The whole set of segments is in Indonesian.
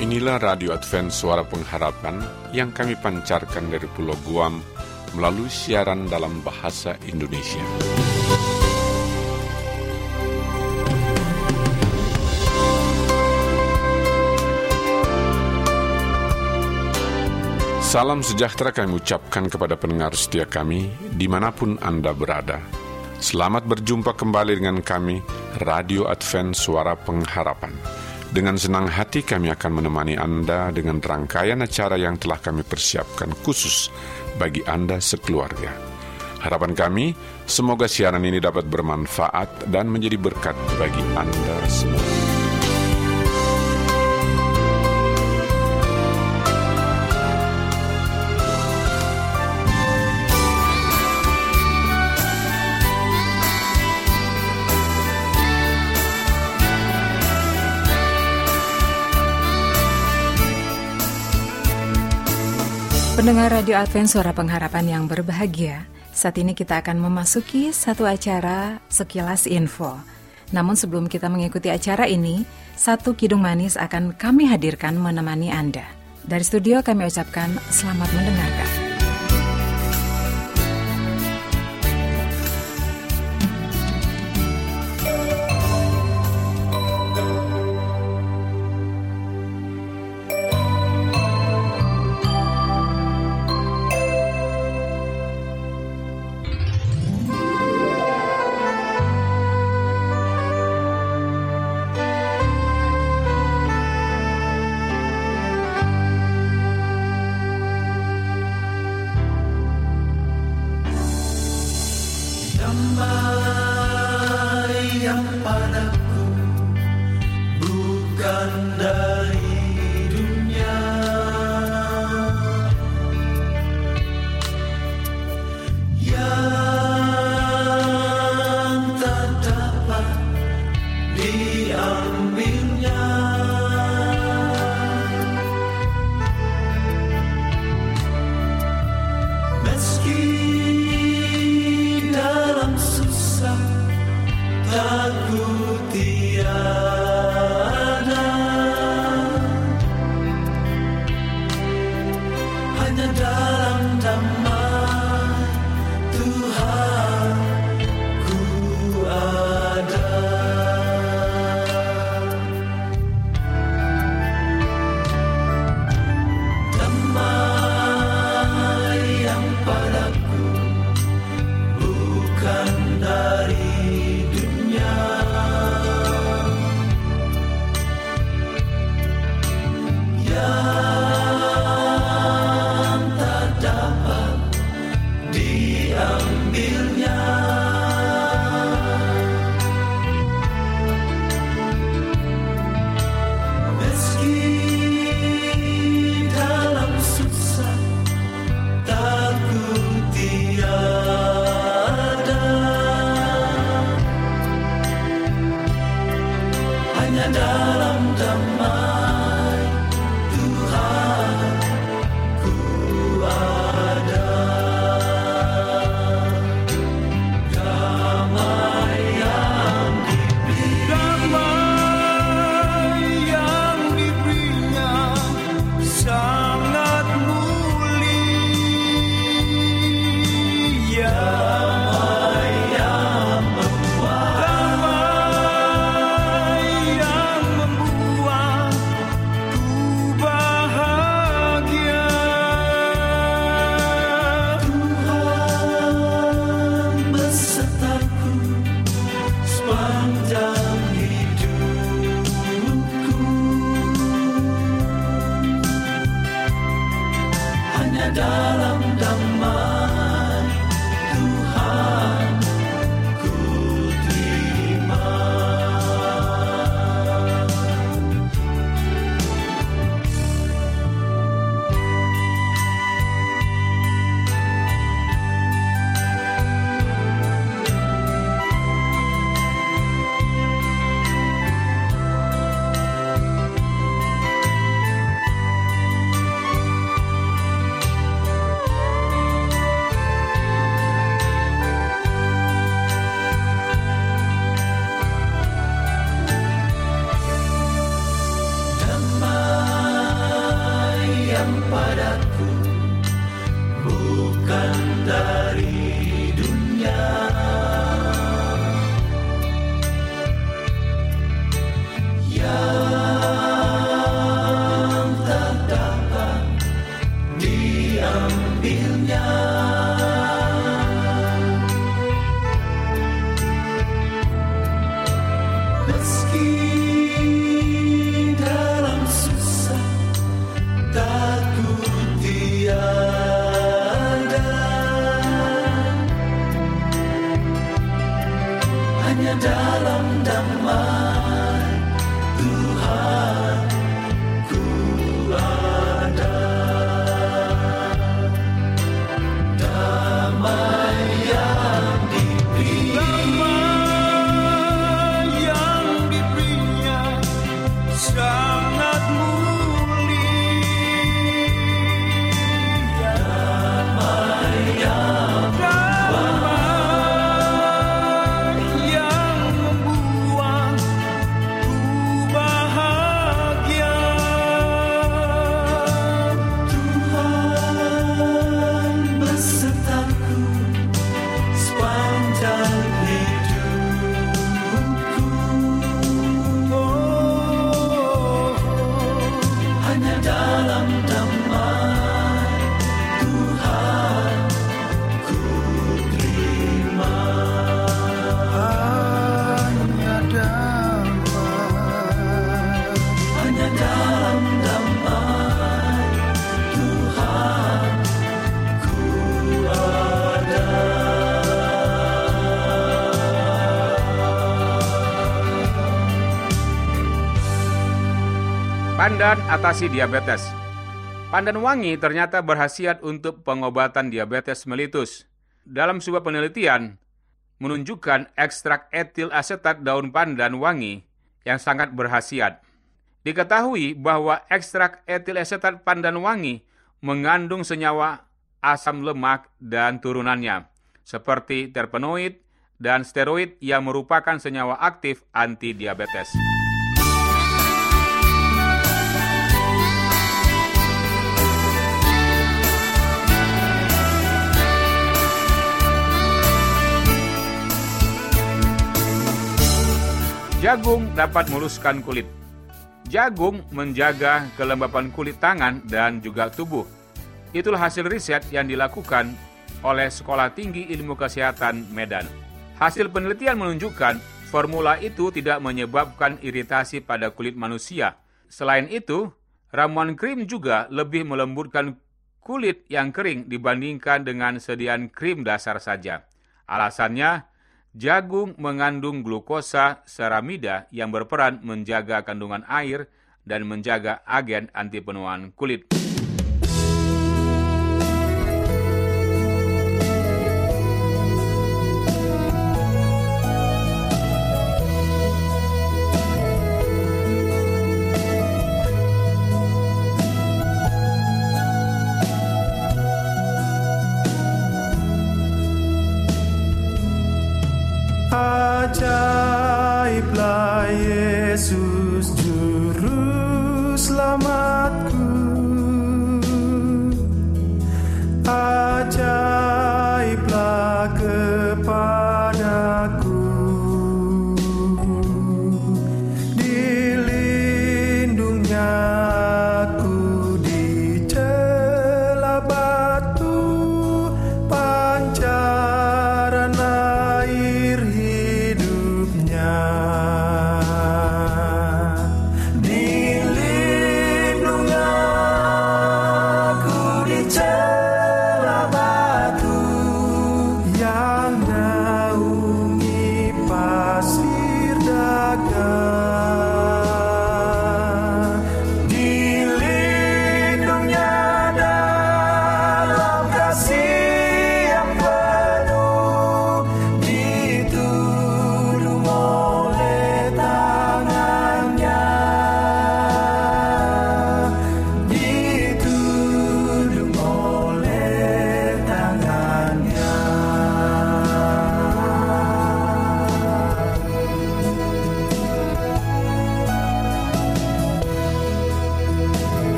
Inilah Radio Advent Suara Pengharapan yang kami pancarkan dari Pulau Guam melalui siaran dalam bahasa Indonesia. Salam sejahtera kami ucapkan kepada pendengar setia kami dimanapun Anda berada. Selamat berjumpa kembali dengan kami, Radio Advent Suara Pengharapan. Dengan senang hati kami akan menemani Anda dengan rangkaian acara yang telah kami persiapkan khusus bagi Anda sekeluarga. Harapan kami, semoga siaran ini dapat bermanfaat dan menjadi berkat bagi Anda semua. Pendengar Radio Advent Suara Pengharapan yang berbahagia, saat ini kita akan memasuki satu acara Sekilas Info. Namun sebelum kita mengikuti acara ini, satu kidung manis akan kami hadirkan menemani Anda. Dari studio kami ucapkan selamat mendengarkan. padaku, bukan dari dunia. Yang tak dapat diambilnya. Meski dalam susah takut tiada, hanya dalam damai Tuhan ku ada. Damai yang diberinya sangat mulia. Damai yang membuat ku bahagia. Tuhan besertaku sepanjang hidupku. Hanya dalam damai Tuhan ku terima. Hanya dalam damai Tuhan ku ada. Pandan atasi diabetes. Pandan wangi ternyata berkhasiat untuk pengobatan diabetes mellitus. Dalam sebuah penelitian, menunjukkan ekstrak etil asetat daun pandan wangi yang sangat berkhasiat. Diketahui bahwa ekstrak etil asetat pandan wangi mengandung senyawa asam lemak dan turunannya, seperti terpenoid dan steroid yang merupakan senyawa aktif anti-diabetes. Jagung dapat memuluskan kulit. Jagung menjaga kelembapan kulit tangan dan juga tubuh. Itulah hasil riset yang dilakukan oleh Sekolah Tinggi Ilmu Kesehatan Medan. Hasil penelitian menunjukkan formula itu tidak menyebabkan iritasi pada kulit manusia. Selain itu, ramuan krim juga lebih melembutkan kulit yang kering dibandingkan dengan sediaan krim dasar saja. Alasannya, jagung mengandung glukosa ceramida yang berperan menjaga kandungan air dan menjaga agen anti penuaan kulit. Ajaiblah Yesus Juru Selamatku,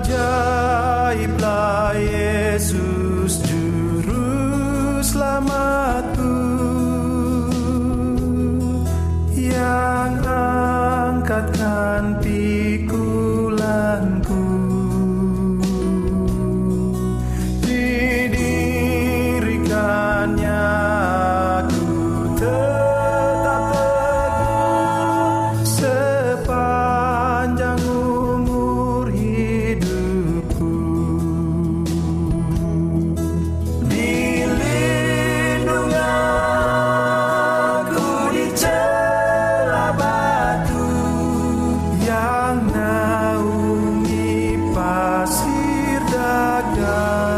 ajaiblah Yesus Juru Selamatku, yang angkatkan pikulanku. Didirikannya aku tetap teguh sepanjang umur hidupku. Dilindungi aku di celah batu, yang naungi pasir dagang.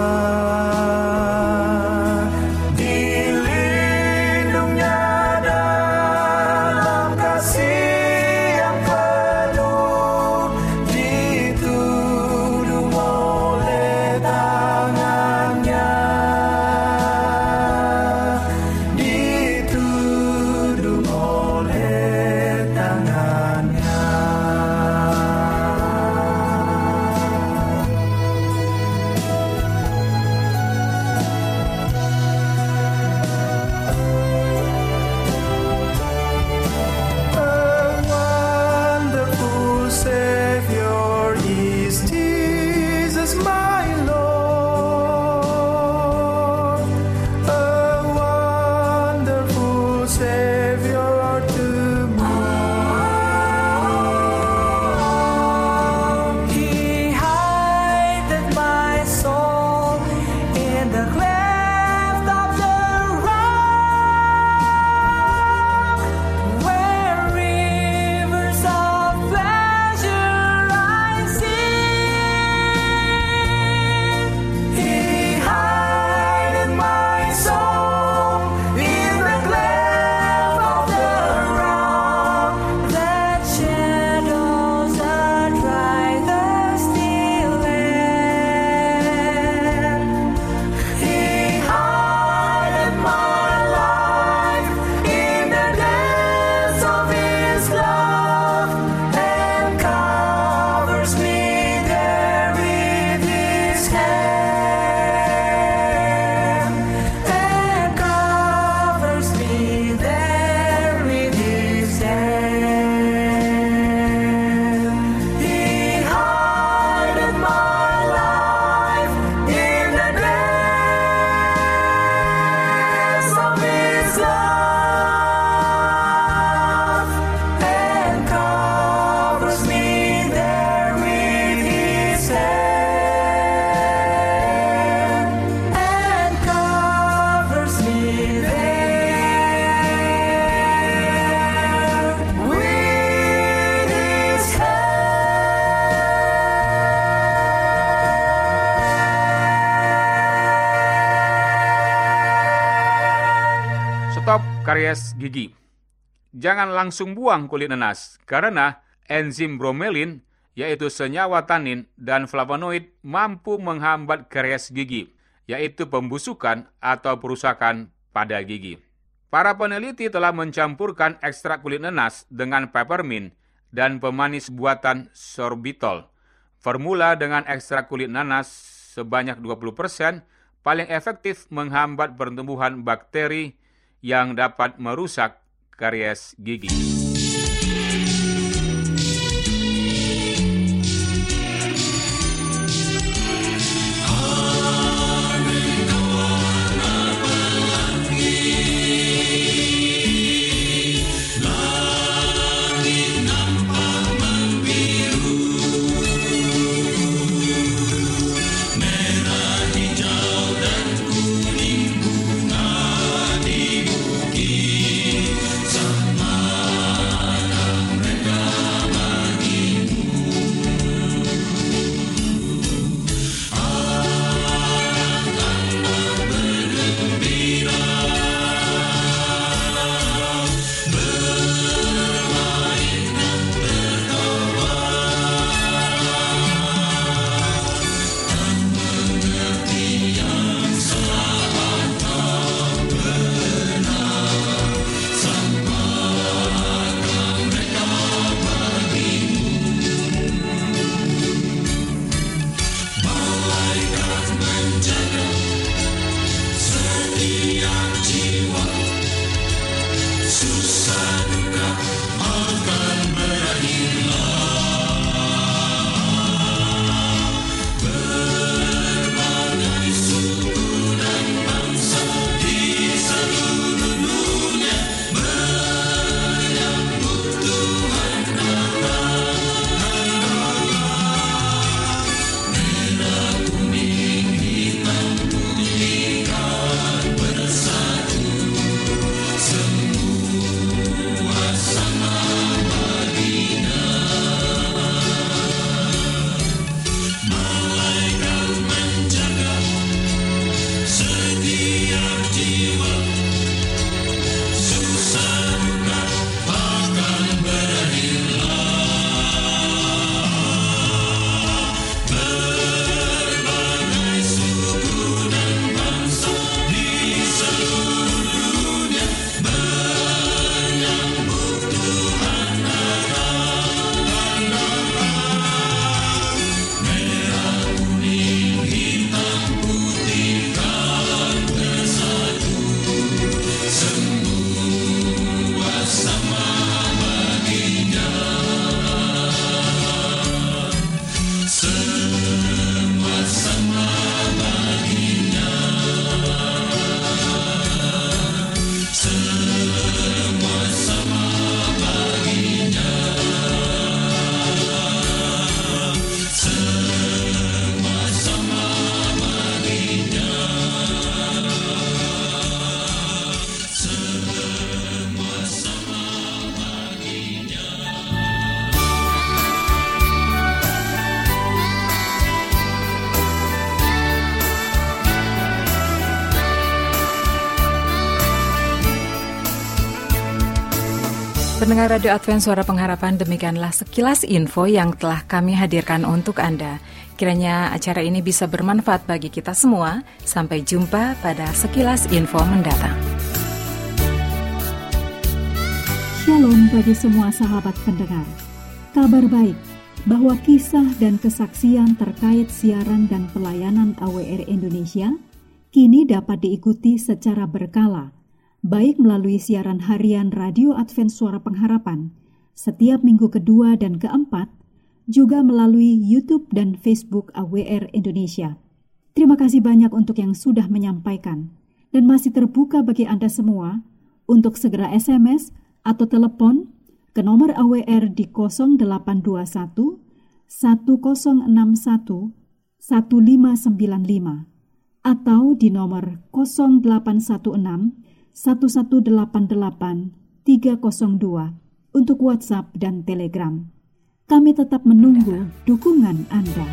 Dilindungnya dalam kasih yang penuh, ditudung oleh tangannya, ditudung oleh tangannya. A wonderful Savior is Jesus my Lord. A wonderful Savior to me. He hideth my soul in the cleft of the rock, where rivers of pleasure I see. He hideth my soul in the cleft of the rock, that shadows a dry thirsty land. He hideth my life in the depths of His love, and covers me there with His hand, and covers me there with His hand. He hideth my life in the depths of His love, and covers me there with His hand, and covers me there with His Stop karies gigi. Jangan langsung buang kulit nanas, karena enzim bromelin, yaitu senyawa tanin dan flavonoid, mampu menghambat karies gigi, yaitu pembusukan atau perusakan pada gigi. Para peneliti telah mencampurkan ekstrak kulit nanas dengan peppermint dan pemanis buatan sorbitol. Formula dengan ekstrak kulit nanas sebanyak 20% paling efektif menghambat pertumbuhan bakteri yang dapat merusak karies gigi. Sama Pendengar Radio Advent Suara Pengharapan, demikianlah sekilas info yang telah kami hadirkan untuk Anda. Kiranya acara ini bisa bermanfaat bagi kita semua. Sampai jumpa pada sekilas info mendatang. Shalom bagi semua sahabat pendengar. Kabar baik bahwa kisah dan kesaksian terkait siaran dan pelayanan AWR Indonesia kini dapat diikuti secara berkala, baik melalui siaran harian Radio Advent Suara Pengharapan setiap minggu kedua dan keempat, juga melalui YouTube dan Facebook AWR Indonesia. Terima kasih banyak untuk yang sudah menyampaikan, dan masih terbuka bagi Anda semua untuk segera SMS atau telepon ke nomor AWR di 0821 1061 1595 atau di nomor 0816 1188-302 untuk WhatsApp dan Telegram. Kami tetap menunggu dukungan Anda.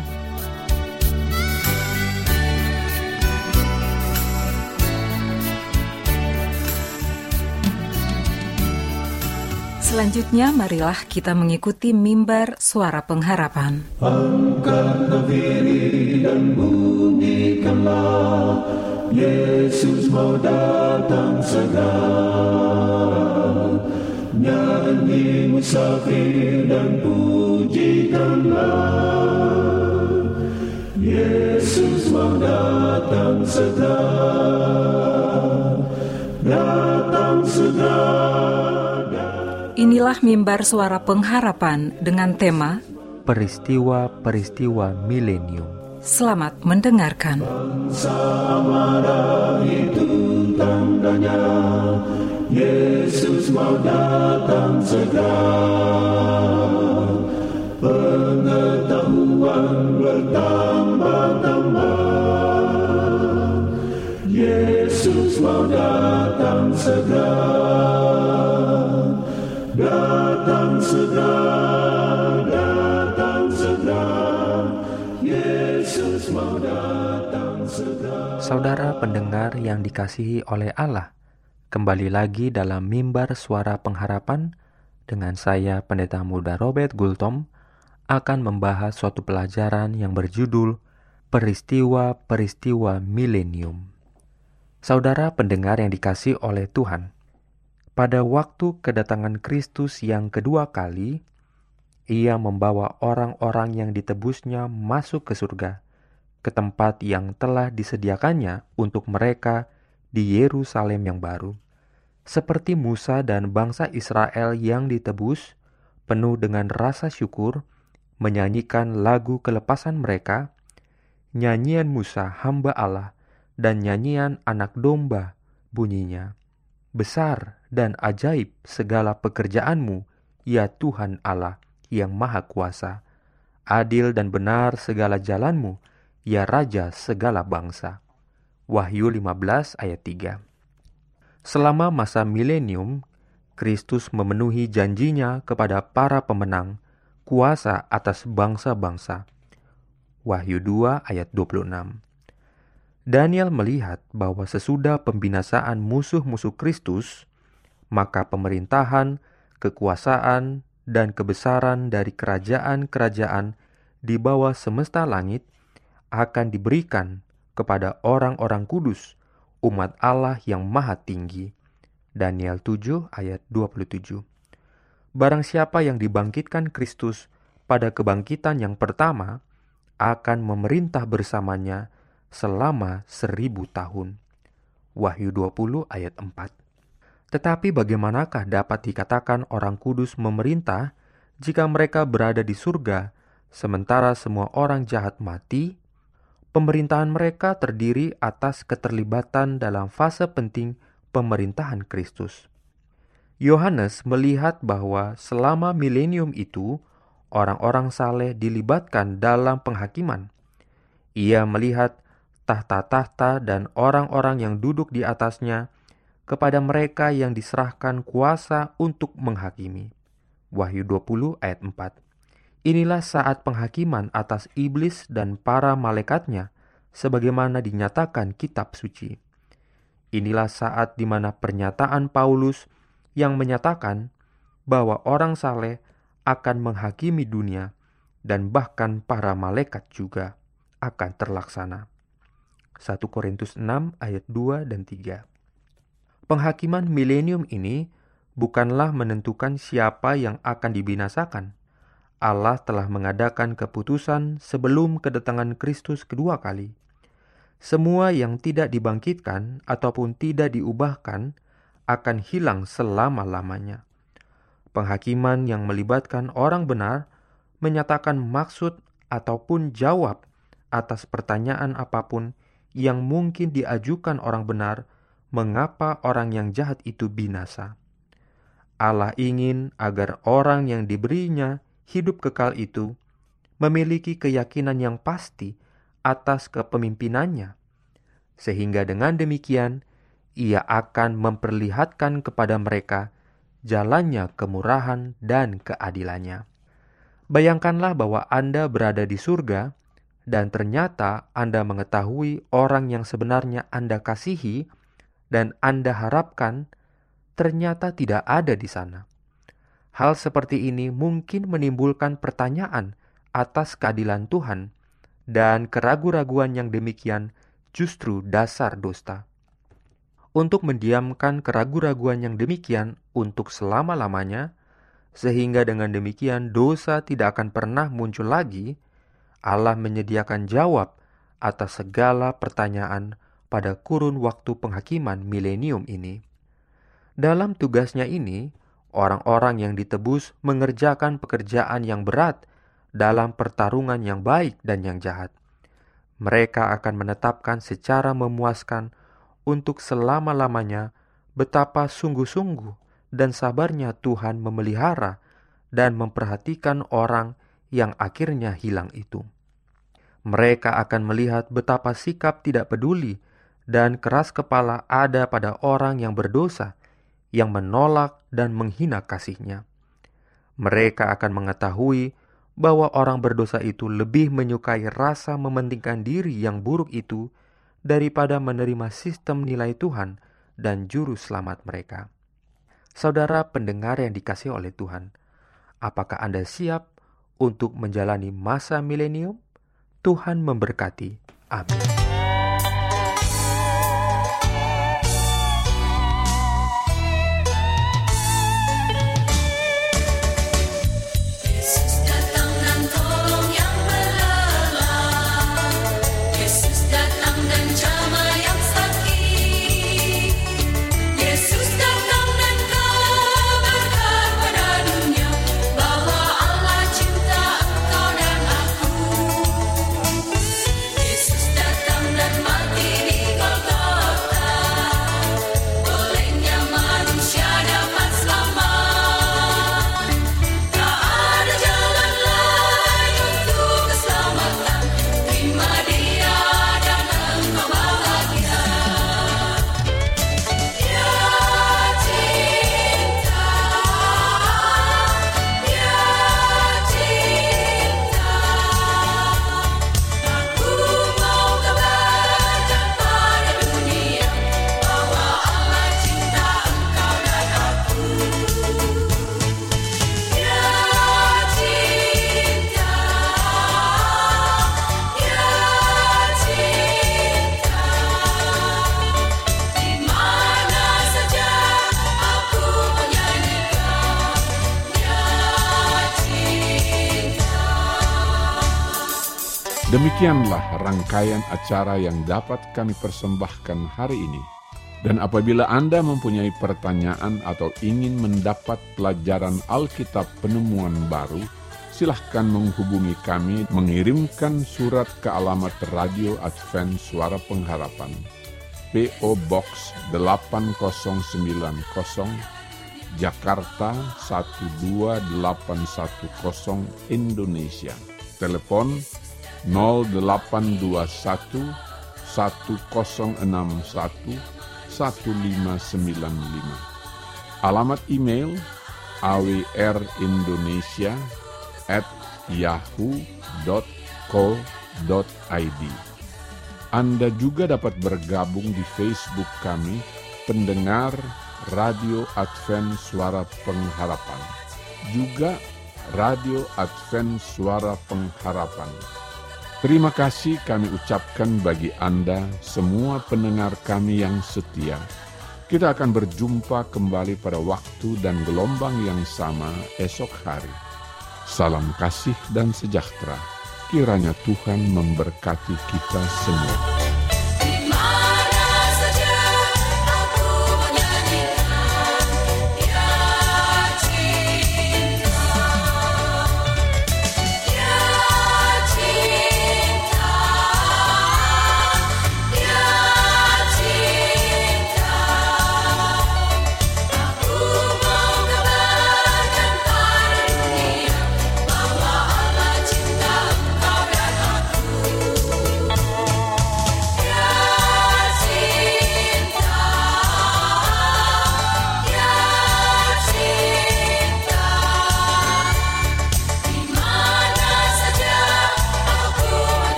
Selanjutnya, marilah kita mengikuti mimbar Suara Pengharapan. Angkatlah diri dan bunyikanlah, Yesus mau datang segera. Nyanyi musafir dan pujikanlah, Yesus mau datang segera. Datang segera. Inilah mimbar Suara Pengharapan dengan tema Peristiwa-peristiwa milenium. Selamat mendengarkan. Bangsa marah itu tandanya, Yesus mau datang segera. Pengetahuan bertambah-tambah, Yesus mau datang segera. Datang segera, datang segera, Yesus mau datang segera. Saudara pendengar yang dikasihi oleh Allah, kembali lagi dalam mimbar Suara Pengharapan dengan saya Pendeta Muda Robert Gultom akan membahas suatu pelajaran yang berjudul Peristiwa-peristiwa milenium. Saudara pendengar yang dikasihi oleh Tuhan, pada waktu kedatangan Kristus yang kedua kali, Ia membawa orang-orang yang ditebusnya masuk ke surga ke tempat yang telah disediakannya untuk mereka di Yerusalem yang baru. Seperti Musa dan bangsa Israel yang ditebus, penuh dengan rasa syukur, menyanyikan lagu kelepasan mereka, nyanyian Musa hamba Allah dan nyanyian anak domba bunyinya. Besar dan ajaib segala pekerjaanmu, ya Tuhan Allah yang Maha Kuasa. Adil dan benar segala jalanmu, ya Raja segala bangsa. Wahyu 15 ayat 3. Selama masa milenium, Kristus memenuhi janjinya kepada para pemenang, kuasa atas bangsa-bangsa. Wahyu 2 ayat 26. Daniel melihat bahwa sesudah pembinasaan musuh-musuh Kristus, maka pemerintahan, kekuasaan, dan kebesaran dari kerajaan-kerajaan di bawah semesta langit akan diberikan kepada orang-orang kudus, umat Allah yang maha tinggi. Daniel 7 ayat 27. Barang siapa yang dibangkitkan Kristus pada kebangkitan yang pertama akan memerintah bersamanya selama 1000 tahun. Wahyu 20 ayat 4. Tetapi bagaimanakah dapat dikatakan orang kudus memerintah jika mereka berada di surga, sementara semua orang jahat mati? Pemerintahan mereka terdiri atas keterlibatan dalam fase penting pemerintahan Kristus. Yohanes melihat bahwa selama milenium itu, orang-orang saleh dilibatkan dalam penghakiman. Ia melihat tahta-tahta dan orang-orang yang duduk di atasnya, kepada mereka yang diserahkan kuasa untuk menghakimi. Wahyu 20 ayat 4. Inilah saat penghakiman atas iblis dan para malaikatnya, sebagaimana dinyatakan kitab suci. Inilah saat di mana pernyataan Paulus yang menyatakan bahwa orang saleh akan menghakimi dunia dan bahkan para malaikat juga akan terlaksana. 1 Korintus 6 ayat 2 dan 3. Penghakiman milenium ini bukanlah menentukan siapa yang akan dibinasakan. Allah telah mengadakan keputusan sebelum kedatangan Kristus kedua kali. Semua yang tidak dibangkitkan ataupun tidak diubahkan akan hilang selama-lamanya. Penghakiman yang melibatkan orang benar menyatakan maksud ataupun jawab atas pertanyaan apapun yang mungkin diajukan orang benar, mengapa orang yang jahat itu binasa. Allah ingin agar orang yang diberinya hidup kekal itu memiliki keyakinan yang pasti atas kepemimpinannya, sehingga dengan demikian ia akan memperlihatkan kepada mereka jalannya kemurahan dan keadilannya. Bayangkanlah bahwa Anda berada di surga dan ternyata Anda mengetahui orang yang sebenarnya Anda kasihi dan Anda harapkan ternyata tidak ada di sana. Hal seperti ini mungkin menimbulkan pertanyaan atas keadilan Tuhan, dan keraguan-raguan yang demikian justru dasar dusta. Untuk mendiamkan keraguan-raguan yang demikian untuk selama-lamanya, sehingga dengan demikian dosa tidak akan pernah muncul lagi, Allah menyediakan jawab atas segala pertanyaan pada kurun waktu penghakiman milenium ini. Dalam tugasnya ini, orang-orang yang ditebus mengerjakan pekerjaan yang berat dalam pertarungan yang baik dan yang jahat. Mereka akan menetapkan secara memuaskan untuk selama-lamanya betapa sungguh-sungguh dan sabarnya Tuhan memelihara dan memperhatikan orang yang akhirnya hilang itu. Mereka akan melihat betapa sikap tidak peduli dan keras kepala ada pada orang yang berdosa, yang menolak dan menghina kasih-Nya. Mereka akan mengetahui bahwa orang berdosa itu lebih menyukai rasa mementingkan diri yang buruk itu daripada menerima sistem nilai Tuhan dan juru selamat mereka. Saudara pendengar yang dikasihi oleh Tuhan, apakah Anda siap untuk menjalani masa milenium? Tuhan memberkati. Amin. Demikianlah rangkaian acara yang dapat kami persembahkan hari ini. Dan apabila Anda mempunyai pertanyaan atau ingin mendapat pelajaran Alkitab penemuan baru, silahkan menghubungi kami mengirimkan surat ke alamat Radio Advent Suara Pengharapan, P.O. Box 8090, Jakarta 12810, Indonesia. Telepon 0821 1061 1595. Alamat email awrindonesia@yahoo.co.id. Anda juga dapat bergabung di Facebook kami, Pendengar Radio Advent Suara Pengharapan. Juga Radio Advent Suara Pengharapan. Terima kasih kami ucapkan bagi Anda, semua pendengar kami yang setia. Kita akan berjumpa kembali pada waktu dan gelombang yang sama esok hari. Salam kasih dan sejahtera. Kiranya Tuhan memberkati kita semua.